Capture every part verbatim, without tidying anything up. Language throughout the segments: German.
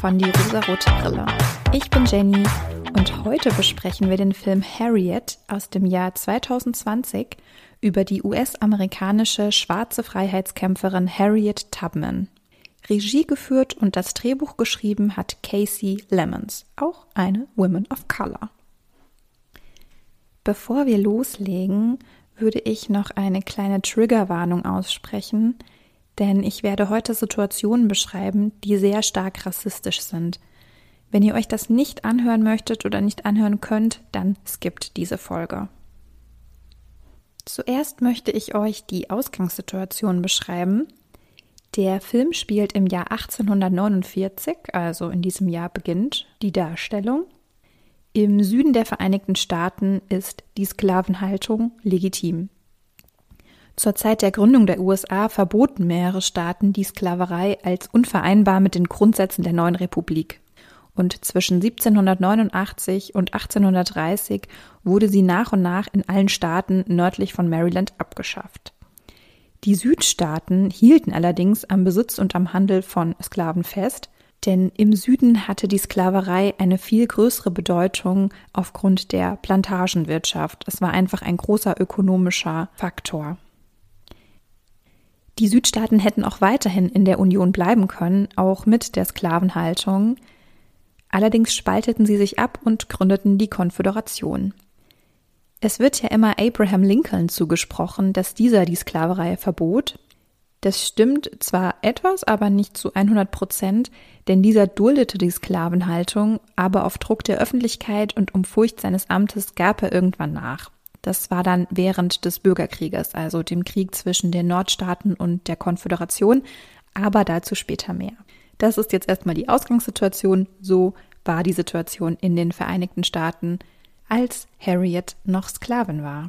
von Die rosarote Brille. Ich bin Jenny und heute besprechen wir den Film Harriet aus dem Jahr zwanzig zwanzig über die U S-amerikanische schwarze Freiheitskämpferin Harriet Tubman. Regie geführt und das Drehbuch geschrieben hat Kasi Lemmons, auch eine Woman of Color. Bevor wir loslegen, würde ich noch eine kleine Triggerwarnung aussprechen, denn ich werde heute Situationen beschreiben, die sehr stark rassistisch sind. Wenn ihr euch das nicht anhören möchtet oder nicht anhören könnt, dann skippt diese Folge. Zuerst möchte ich euch die Ausgangssituation beschreiben. Der Film spielt im Jahr achtzehnhundertneunundvierzig, also in diesem Jahr beginnt die Darstellung. Im Süden der Vereinigten Staaten ist die Sklavenhaltung legitim. Zur Zeit der Gründung der U S A verboten mehrere Staaten die Sklaverei als unvereinbar mit den Grundsätzen der neuen Republik. Und zwischen siebzehnhundertneunundachtzig und achtzehnhundertdreißig wurde sie nach und nach in allen Staaten nördlich von Maryland abgeschafft. Die Südstaaten hielten allerdings am Besitz und am Handel von Sklaven fest, denn im Süden hatte die Sklaverei eine viel größere Bedeutung aufgrund der Plantagenwirtschaft. Es war einfach ein großer ökonomischer Faktor. Die Südstaaten hätten auch weiterhin in der Union bleiben können, auch mit der Sklavenhaltung. Allerdings spalteten sie sich ab und gründeten die Konföderation. Es wird ja immer Abraham Lincoln zugesprochen, dass dieser die Sklaverei verbot. Das stimmt zwar etwas, aber nicht zu hundert Prozent, denn dieser duldete die Sklavenhaltung, aber auf Druck der Öffentlichkeit und um Furcht seines Amtes gab er irgendwann nach. Das war dann während des Bürgerkrieges, also dem Krieg zwischen den Nordstaaten und der Konföderation, aber dazu später mehr. Das ist jetzt erstmal die Ausgangssituation. So war die Situation in den Vereinigten Staaten, als Harriet noch Sklavin war.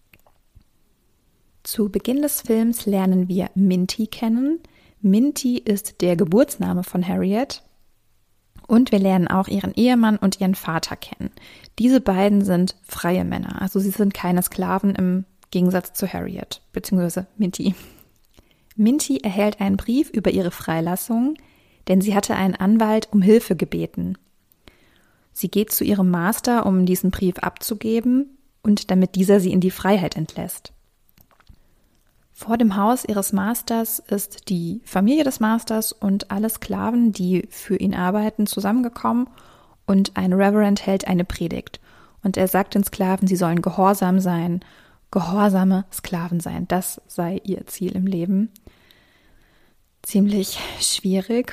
Zu Beginn des Films lernen wir Minty kennen. Minty ist der Geburtsname von Harriet. Und wir lernen auch ihren Ehemann und ihren Vater kennen. Diese beiden sind freie Männer, also sie sind keine Sklaven im Gegensatz zu Harriet, beziehungsweise Minty. Minty erhält einen Brief über ihre Freilassung, denn sie hatte einen Anwalt um Hilfe gebeten. Sie geht zu ihrem Master, um diesen Brief abzugeben und damit dieser sie in die Freiheit entlässt. Vor dem Haus ihres Masters ist die Familie des Masters und alle Sklaven, die für ihn arbeiten, zusammengekommen und ein Reverend hält eine Predigt. Und er sagt den Sklaven, sie sollen gehorsam sein, gehorsame Sklaven sein. Das sei ihr Ziel im Leben. Ziemlich schwierig.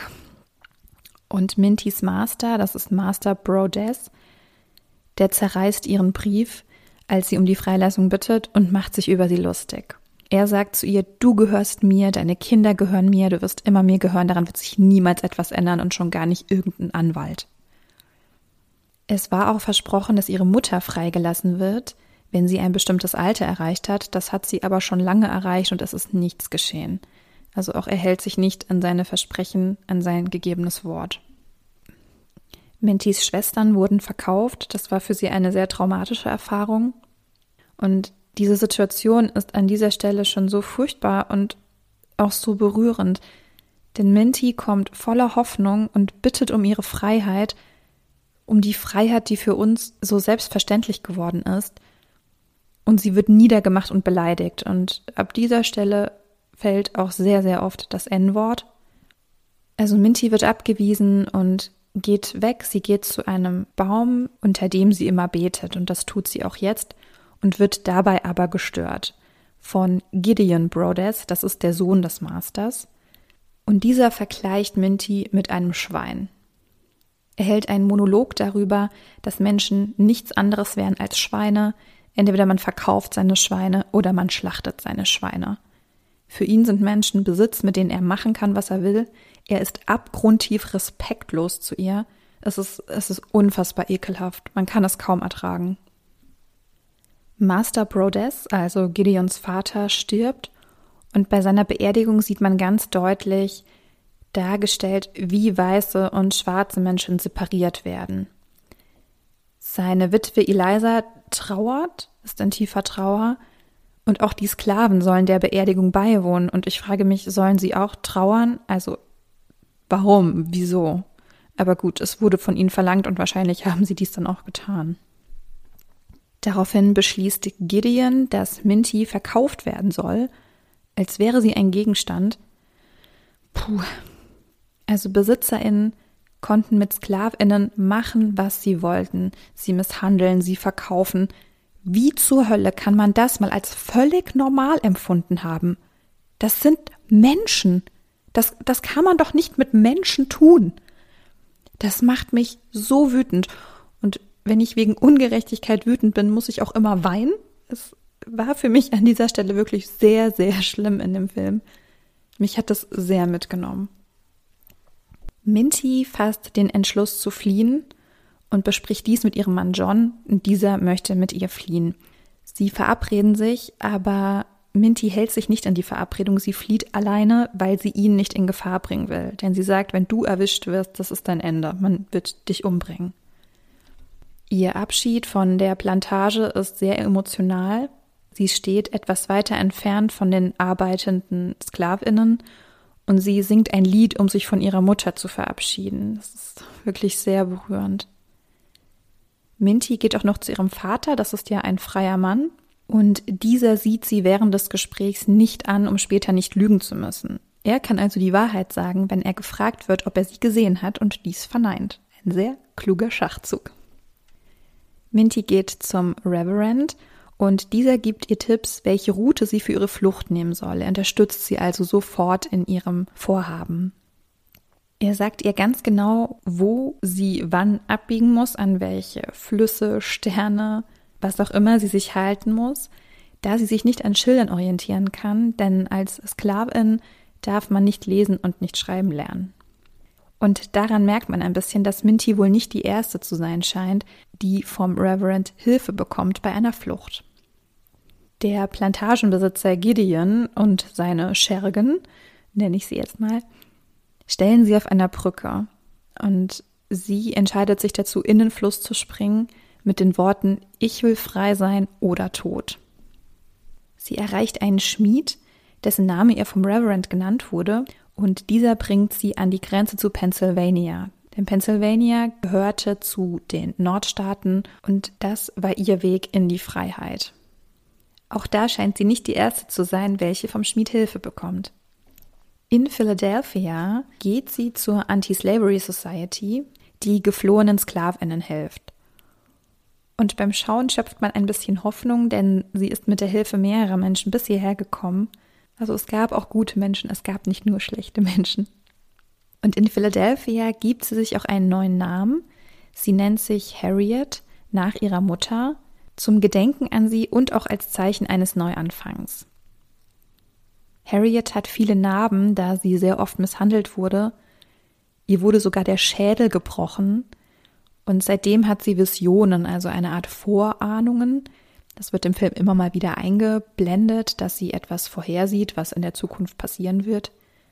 Und Mintys Master, das ist Master Brodess, der zerreißt ihren Brief, als sie um die Freilassung bittet und macht sich über sie lustig. Er sagt zu ihr, du gehörst mir, deine Kinder gehören mir, du wirst immer mir gehören, daran wird sich niemals etwas ändern und schon gar nicht irgendein Anwalt. Es war auch versprochen, dass ihre Mutter freigelassen wird, wenn sie ein bestimmtes Alter erreicht hat. Das hat sie aber schon lange erreicht und es ist nichts geschehen. Also auch er hält sich nicht an seine Versprechen, an sein gegebenes Wort. Mintys Schwestern wurden verkauft, das war für sie eine sehr traumatische Erfahrung. Und diese Situation ist an dieser Stelle schon so furchtbar und auch so berührend, denn Minty kommt voller Hoffnung und bittet um ihre Freiheit, um die Freiheit, die für uns so selbstverständlich geworden ist, und sie wird niedergemacht und beleidigt und ab dieser Stelle fällt auch sehr, sehr oft das En-Wort. Also Minty wird abgewiesen und geht weg, sie geht zu einem Baum, unter dem sie immer betet und das tut sie auch jetzt. Und wird dabei aber gestört von Gideon Brodess, das ist der Sohn des Masters. Und dieser vergleicht Minty mit einem Schwein. Er hält einen Monolog darüber, dass Menschen nichts anderes wären als Schweine. Entweder man verkauft seine Schweine oder man schlachtet seine Schweine. Für ihn sind Menschen Besitz, mit denen er machen kann, was er will. Er ist abgrundtief respektlos zu ihr. Es ist, es ist unfassbar ekelhaft. Man kann es kaum ertragen. Master Brodess, also Gideons Vater, stirbt und bei seiner Beerdigung sieht man ganz deutlich dargestellt, wie weiße und schwarze Menschen separiert werden. Seine Witwe Eliza trauert, ist in tiefer Trauer und auch die Sklaven sollen der Beerdigung beiwohnen und ich frage mich, sollen sie auch trauern? Also warum? Wieso? Aber gut, es wurde von ihnen verlangt und wahrscheinlich haben sie dies dann auch getan. Daraufhin beschließt Gideon, dass Minty verkauft werden soll, als wäre sie ein Gegenstand. Puh. Also BesitzerInnen konnten mit SklavInnen machen, was sie wollten. Sie misshandeln, sie verkaufen. Wie zur Hölle kann man das mal als völlig normal empfunden haben? Das sind Menschen. Das, das kann man doch nicht mit Menschen tun. Das macht mich so wütend. Und wenn ich wegen Ungerechtigkeit wütend bin, muss ich auch immer weinen. Es war für mich an dieser Stelle wirklich sehr, sehr schlimm in dem Film. Mich hat das sehr mitgenommen. Minty fasst den Entschluss zu fliehen und bespricht dies mit ihrem Mann John, und dieser möchte mit ihr fliehen. Sie verabreden sich, aber Minty hält sich nicht an die Verabredung, sie flieht alleine, weil sie ihn nicht in Gefahr bringen will. Denn sie sagt, wenn du erwischt wirst, das ist dein Ende, man wird dich umbringen. Ihr Abschied von der Plantage ist sehr emotional. Sie steht etwas weiter entfernt von den arbeitenden SklavInnen und sie singt ein Lied, um sich von ihrer Mutter zu verabschieden. Das ist wirklich sehr berührend. Minty geht auch noch zu ihrem Vater, das ist ja ein freier Mann, und dieser sieht sie während des Gesprächs nicht an, um später nicht lügen zu müssen. Er kann also die Wahrheit sagen, wenn er gefragt wird, ob er sie gesehen hat, und dies verneint. Ein sehr kluger Schachzug. Minty geht zum Reverend und dieser gibt ihr Tipps, welche Route sie für ihre Flucht nehmen soll. Er unterstützt sie also sofort in ihrem Vorhaben. Er sagt ihr ganz genau, wo sie wann abbiegen muss, an welche Flüsse, Sterne, was auch immer sie sich halten muss, da sie sich nicht an Schildern orientieren kann, denn als Sklavin darf man nicht lesen und nicht schreiben lernen. Und daran merkt man ein bisschen, dass Minty wohl nicht die erste zu sein scheint, die vom Reverend Hilfe bekommt bei einer Flucht. Der Plantagenbesitzer Gideon und seine Schergen, nenne ich sie jetzt mal, stellen sie auf einer Brücke. Und sie entscheidet sich dazu, in den Fluss zu springen mit den Worten, ich will frei sein oder tot. Sie erreicht einen Schmied, dessen Name ihr vom Reverend genannt wurde, und dieser bringt sie an die Grenze zu Pennsylvania. Denn Pennsylvania gehörte zu den Nordstaaten und das war ihr Weg in die Freiheit. Auch da scheint sie nicht die erste zu sein, welche vom Schmied Hilfe bekommt. In Philadelphia geht sie zur Anti-Slavery Society, die geflohenen SklavInnen hilft. Und beim Schauen schöpft man ein bisschen Hoffnung, denn sie ist mit der Hilfe mehrerer Menschen bis hierher gekommen. Also es gab auch gute Menschen, es gab nicht nur schlechte Menschen. Und in Philadelphia gibt sie sich auch einen neuen Namen. Sie nennt sich Harriet nach ihrer Mutter, zum Gedenken an sie und auch als Zeichen eines Neuanfangs. Harriet hat viele Narben, da sie sehr oft misshandelt wurde. Ihr wurde sogar der Schädel gebrochen und seitdem hat sie Visionen, also eine Art Vorahnungen. Das wird im Film immer mal wieder eingeblendet, dass sie etwas vorhersieht, was in der Zukunft passieren wird.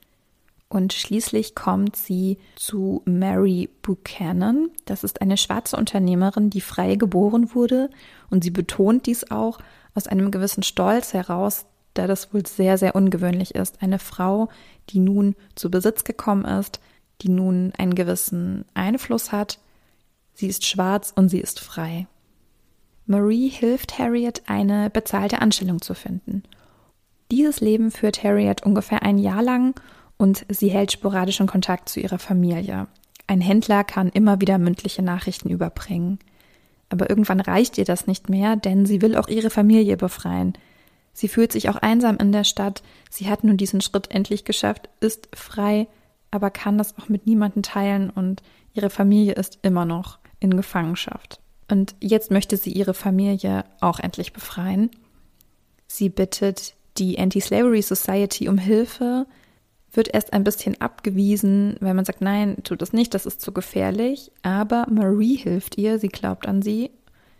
Und schließlich kommt sie zu Mary Buchanan. Das ist eine schwarze Unternehmerin, die frei geboren wurde. Und sie betont dies auch aus einem gewissen Stolz heraus, da das wohl sehr, sehr ungewöhnlich ist. Eine Frau, die nun zu Besitz gekommen ist, die nun einen gewissen Einfluss hat. Sie ist schwarz und sie ist frei. Marie hilft Harriet, eine bezahlte Anstellung zu finden. Dieses Leben führt Harriet ungefähr ein Jahr lang und sie hält sporadischen Kontakt zu ihrer Familie. Ein Händler kann immer wieder mündliche Nachrichten überbringen. Aber irgendwann reicht ihr das nicht mehr, denn sie will auch ihre Familie befreien. Sie fühlt sich auch einsam in der Stadt. Sie hat nun diesen Schritt endlich geschafft, ist frei, aber kann das auch mit niemandem teilen und ihre Familie ist immer noch in Gefangenschaft. Und jetzt möchte sie ihre Familie auch endlich befreien. Sie bittet die Anti-Slavery Society um Hilfe, wird erst ein bisschen abgewiesen, weil man sagt, nein, tut das nicht, das ist zu gefährlich. Aber Marie hilft ihr, sie glaubt an sie.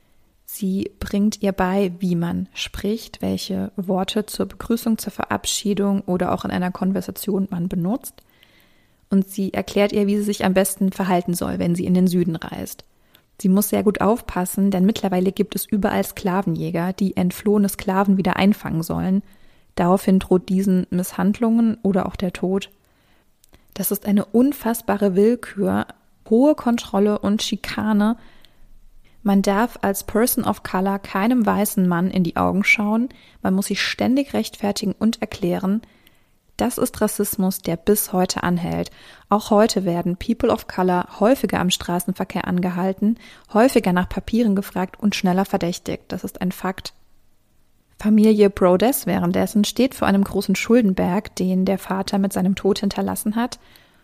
Sie bringt ihr bei, wie man spricht, welche Worte zur Begrüßung, zur Verabschiedung oder auch in einer Konversation man benutzt. Und sie erklärt ihr, wie sie sich am besten verhalten soll, wenn sie in den Süden reist. Sie muss sehr gut aufpassen, denn mittlerweile gibt es überall Sklavenjäger, die entflohene Sklaven wieder einfangen sollen. Daraufhin droht diesen Misshandlungen oder auch der Tod. Das ist eine unfassbare Willkür. hohe Kontrolle und Schikane. Man darf als Person of Color keinem weißen Mann in die Augen schauen, man muss sich ständig rechtfertigen und erklären. Das ist Rassismus, der bis heute anhält. Auch heute werden People of Color häufiger am Straßenverkehr angehalten, häufiger nach Papieren gefragt und schneller verdächtigt. Das ist ein Fakt. Familie Brodess währenddessen steht vor einem großen Schuldenberg, den der Vater mit seinem Tod hinterlassen hat.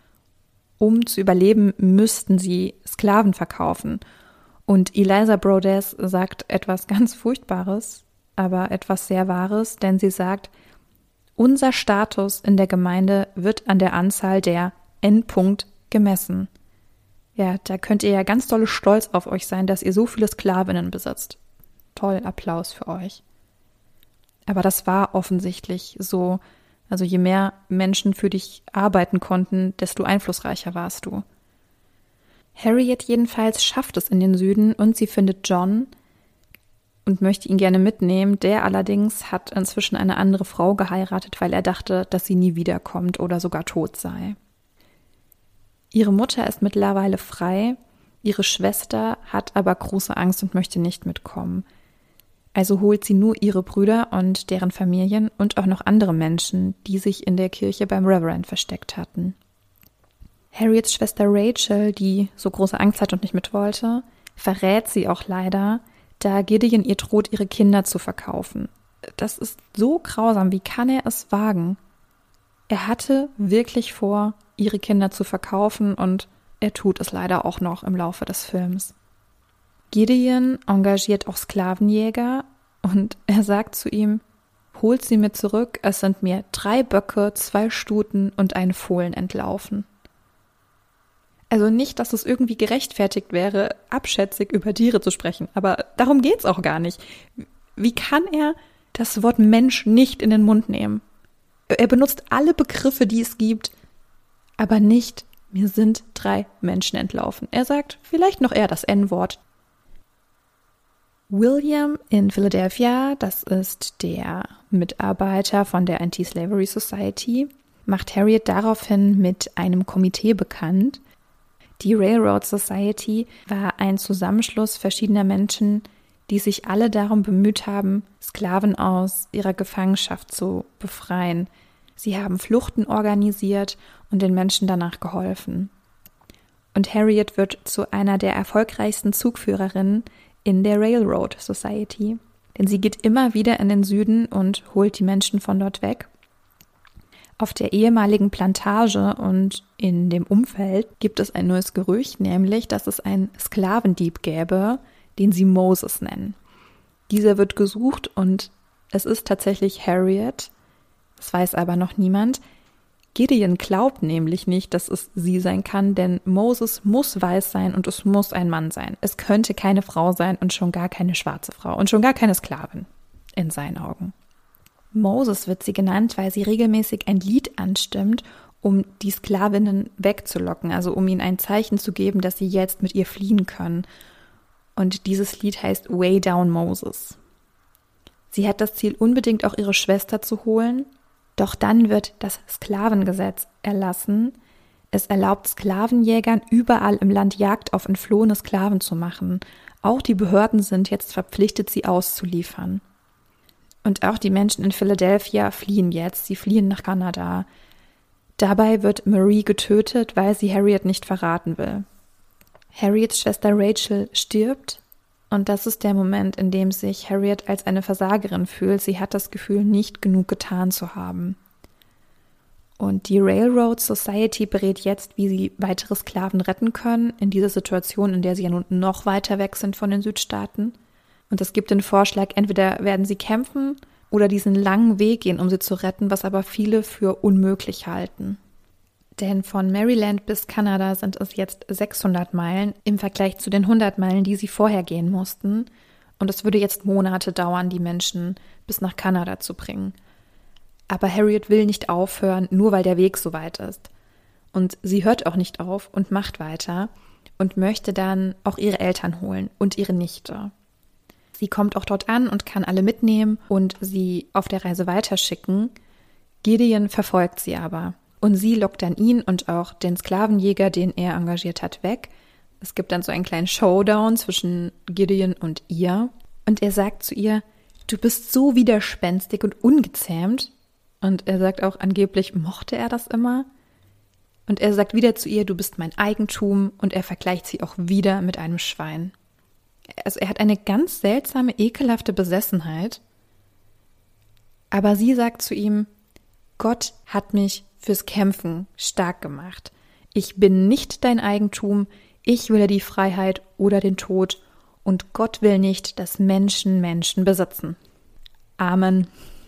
Um zu überleben, müssten sie Sklaven verkaufen. Und Eliza Brodess sagt etwas ganz Furchtbares, aber etwas sehr Wahres, denn sie sagt, unser Status in der Gemeinde wird an der Anzahl der Endpunkt gemessen. Ja, da könnt ihr ja ganz dolle stolz auf euch sein, dass ihr so viele Sklavinnen besitzt. Toll, Applaus für euch. Aber das war offensichtlich so. Also je mehr Menschen für dich arbeiten konnten, desto einflussreicher warst du. Harriet jedenfalls schafft es in den Süden und sie findet John und möchte ihn gerne mitnehmen. Der allerdings hat inzwischen eine andere Frau geheiratet, weil er dachte, dass sie nie wiederkommt oder sogar tot sei. Ihre Mutter ist mittlerweile frei, ihre Schwester hat aber große Angst und möchte nicht mitkommen. Also holt sie nur ihre Brüder und deren Familien und auch noch andere Menschen, die sich in der Kirche beim Reverend versteckt hatten. Harriets Schwester Rachel, die so große Angst hat und nicht mit wollte, verrät sie auch leider, da Gideon ihr droht, ihre Kinder zu verkaufen. Das ist so grausam, wie kann er es wagen? Er hatte wirklich vor, ihre Kinder zu verkaufen und er tut es leider auch noch im Laufe des Films. Gideon engagiert auch Sklavenjäger und er sagt zu ihm, holt sie mir zurück, es sind mir drei Böcke, zwei Stuten und ein Fohlen entlaufen. Also nicht, dass es irgendwie gerechtfertigt wäre, abschätzig über Tiere zu sprechen, aber darum geht's auch gar nicht. Wie kann er das Wort Mensch nicht in den Mund nehmen? Er benutzt alle Begriffe, die es gibt, aber nicht, mir sind drei Menschen entlaufen. Er sagt vielleicht noch eher das En-Wort. William in Philadelphia, das ist der Mitarbeiter von der Anti-Slavery Society, macht Harriet daraufhin mit einem Komitee bekannt. Die Railroad Society war ein Zusammenschluss verschiedener Menschen, die sich alle darum bemüht haben, Sklaven aus ihrer Gefangenschaft zu befreien. Sie haben Fluchten organisiert und den Menschen danach geholfen. Und Harriet wird zu einer der erfolgreichsten Zugführerinnen in der Railroad Society, denn sie geht immer wieder in den Süden und holt die Menschen von dort weg. Auf der ehemaligen Plantage und in dem Umfeld gibt es ein neues Gerücht, nämlich, dass es einen Sklavendieb gäbe, den sie Moses nennen. Dieser wird gesucht und es ist tatsächlich Harriet, das weiß aber noch niemand. Gideon glaubt nämlich nicht, dass es sie sein kann, denn Moses muss weiß sein und es muss ein Mann sein. Es könnte keine Frau sein und schon gar keine schwarze Frau und schon gar keine Sklavin in seinen Augen. Moses wird sie genannt, weil sie regelmäßig ein Lied anstimmt, um die Sklavinnen wegzulocken, also um ihnen ein Zeichen zu geben, dass sie jetzt mit ihr fliehen können. Und dieses Lied heißt Way Down Moses. Sie hat das Ziel, unbedingt auch ihre Schwester zu holen, doch dann wird das Sklavengesetz erlassen. Es erlaubt Sklavenjägern überall im Land Jagd auf entflohene Sklaven zu machen. Auch die Behörden sind jetzt verpflichtet, sie auszuliefern. Und auch die Menschen in Philadelphia fliehen jetzt, sie fliehen nach Kanada. Dabei wird Marie getötet, weil sie Harriet nicht verraten will. Harriets Schwester Rachel stirbt und das ist der Moment, in dem sich Harriet als eine Versagerin fühlt. Sie hat das Gefühl, nicht genug getan zu haben. Und die Railroad Society berät jetzt, wie sie weitere Sklaven retten können, in dieser Situation, in der sie ja nun noch weiter weg sind von den Südstaaten. Und es gibt den Vorschlag, entweder werden sie kämpfen oder diesen langen Weg gehen, um sie zu retten, was aber viele für unmöglich halten. Denn von Maryland bis Kanada sind es jetzt sechshundert Meilen im Vergleich zu den hundert Meilen, die sie vorher gehen mussten. Und es würde jetzt Monate dauern, die Menschen bis nach Kanada zu bringen. Aber Harriet will nicht aufhören, nur weil der Weg so weit ist. Und sie hört auch nicht auf und macht weiter und möchte dann auch ihre Eltern holen und ihre Nichte. Sie kommt auch dort an und kann alle mitnehmen und sie auf der Reise weiterschicken. Gideon verfolgt sie aber. und sie lockt dann ihn und auch den Sklavenjäger, den er engagiert hat, weg. Es gibt dann so einen kleinen Showdown zwischen Gideon und ihr und er sagt zu ihr, du bist so widerspenstig und ungezähmt. Und er sagt auch, angeblich mochte er das immer. Und er sagt wieder zu ihr, du bist mein Eigentum, und er vergleicht sie auch wieder mit einem Schwein. Also er hat eine ganz seltsame, ekelhafte Besessenheit. Aber sie sagt zu ihm, Gott hat mich fürs Kämpfen stark gemacht. Ich bin nicht dein Eigentum, ich will die Freiheit oder den Tod, und Gott will nicht, dass Menschen Menschen besitzen. Amen.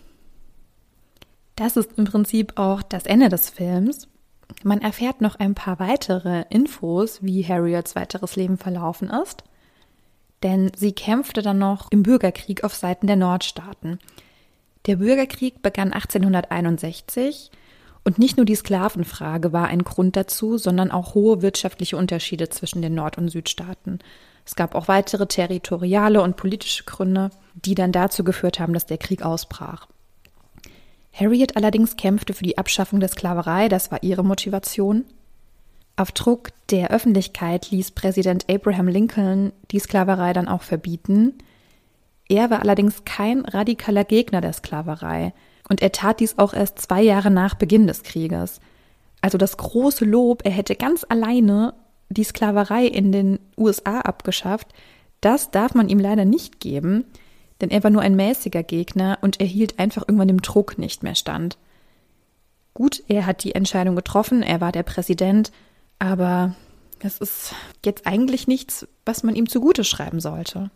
Das ist im Prinzip auch das Ende des Films. Man erfährt noch ein paar weitere Infos, wie Harriets weiteres Leben verlaufen ist. Denn sie kämpfte dann noch im Bürgerkrieg auf Seiten der Nordstaaten. Der Bürgerkrieg begann achtzehnhunderteinundsechzig und nicht nur die Sklavenfrage war ein Grund dazu, sondern auch hohe wirtschaftliche Unterschiede zwischen den Nord- und Südstaaten. Es gab auch weitere territoriale und politische Gründe, die dann dazu geführt haben, dass der Krieg ausbrach. Harriet allerdings kämpfte für die Abschaffung der Sklaverei, das war ihre Motivation. Auf Druck der Öffentlichkeit ließ Präsident Abraham Lincoln die Sklaverei dann auch verbieten. Er war allerdings kein radikaler Gegner der Sklaverei und er tat dies auch erst zwei Jahre nach Beginn des Krieges. Also das große Lob, er hätte ganz alleine die Sklaverei in den U S A abgeschafft, das darf man ihm leider nicht geben, denn er war nur ein mäßiger Gegner und er hielt einfach irgendwann dem Druck nicht mehr stand. Gut, er hat die Entscheidung getroffen, er war der Präsident, aber das ist jetzt eigentlich nichts, was man ihm zugute schreiben sollte.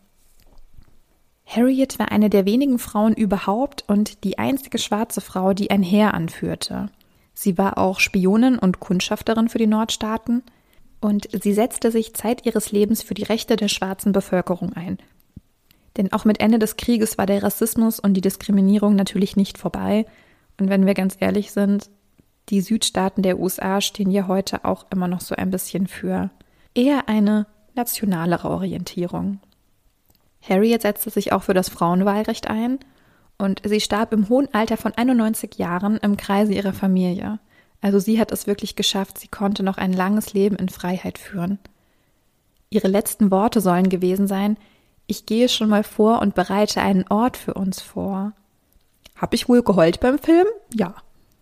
Harriet war eine der wenigen Frauen überhaupt und die einzige schwarze Frau, die ein Heer anführte. Sie war auch Spionin und Kundschafterin für die Nordstaaten und sie setzte sich Zeit ihres Lebens für die Rechte der schwarzen Bevölkerung ein. Denn auch mit Ende des Krieges war der Rassismus und die Diskriminierung natürlich nicht vorbei. Und wenn wir ganz ehrlich sind, die Südstaaten der U S A stehen ja heute auch immer noch so ein bisschen für eher eine nationalere Orientierung. Harriet setzte sich auch für das Frauenwahlrecht ein und sie starb im hohen Alter von einundneunzig Jahren im Kreise ihrer Familie. Also sie hat es wirklich geschafft, sie konnte noch ein langes Leben in Freiheit führen. Ihre letzten Worte sollen gewesen sein: Ich gehe schon mal vor und bereite einen Ort für uns vor. Hab ich wohl geheult beim Film? Ja.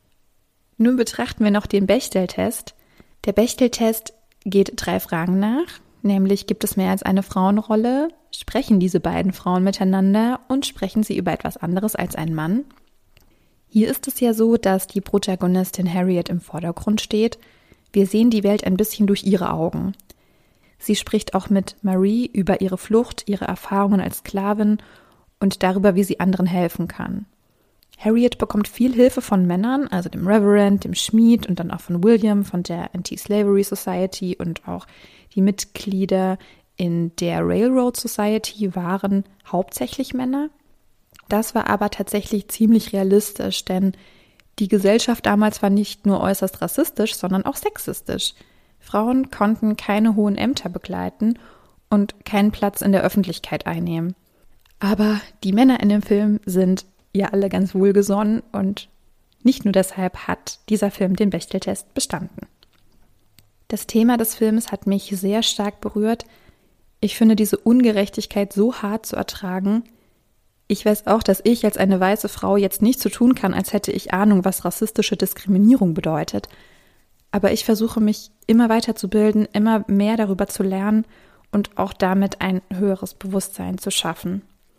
Nun betrachten wir noch den Bechdel-Test. Der Bechdel-Test geht drei Fragen nach, nämlich gibt es mehr als eine Frauenrolle, sprechen diese beiden Frauen miteinander und sprechen sie über etwas anderes als ein Mann. Hier ist es ja so, dass die Protagonistin Harriet im Vordergrund steht. Wir sehen die Welt ein bisschen durch ihre Augen. Sie spricht auch mit Marie über ihre Flucht, ihre Erfahrungen als Sklavin und darüber, wie sie anderen helfen kann. Harriet bekommt viel Hilfe von Männern, also dem Reverend, dem Schmied und dann auch von William von der Anti-Slavery Society, und auch die Mitglieder in der Railroad Society waren hauptsächlich Männer. Das war aber tatsächlich ziemlich realistisch, denn die Gesellschaft damals war nicht nur äußerst rassistisch, sondern auch sexistisch. Frauen konnten keine hohen Ämter begleiten und keinen Platz in der Öffentlichkeit einnehmen. Aber die Männer in dem Film sind ja alle ganz wohlgesonnen und nicht nur deshalb hat dieser Film den Bechdel-Test bestanden. Das Thema des Films hat mich sehr stark berührt. Ich finde diese Ungerechtigkeit so hart zu ertragen. Ich weiß auch, dass ich als eine weiße Frau jetzt nicht so tun kann, als hätte ich Ahnung, was rassistische Diskriminierung bedeutet. Aber ich versuche mich immer weiter zu bilden, immer mehr darüber zu lernen und auch damit ein höheres Bewusstsein zu schaffen.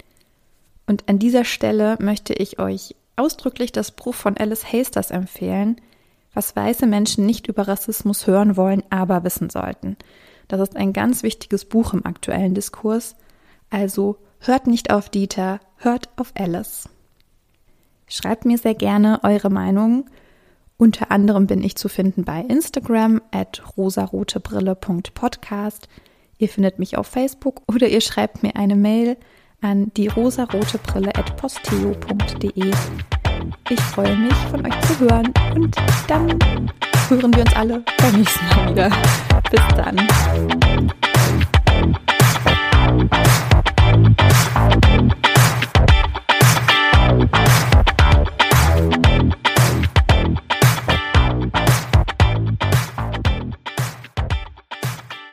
Und an dieser Stelle möchte ich euch ausdrücklich das Buch von Alice Hasters empfehlen, was weiße Menschen nicht über Rassismus hören wollen, aber wissen sollten. Das ist ein ganz wichtiges Buch im aktuellen Diskurs. Also hört nicht auf Dieter, hört auf Alice. Schreibt mir sehr gerne eure Meinung. Unter anderem bin ich zu finden bei Instagram at rosarotebrille punkt podcast. Ihr findet mich auf Facebook oder ihr schreibt mir eine Mail an die rosarotebrille at posteo punkt de. Ich freue mich, von euch zu hören und dann hören wir uns alle beim nächsten Mal wieder. Bis dann.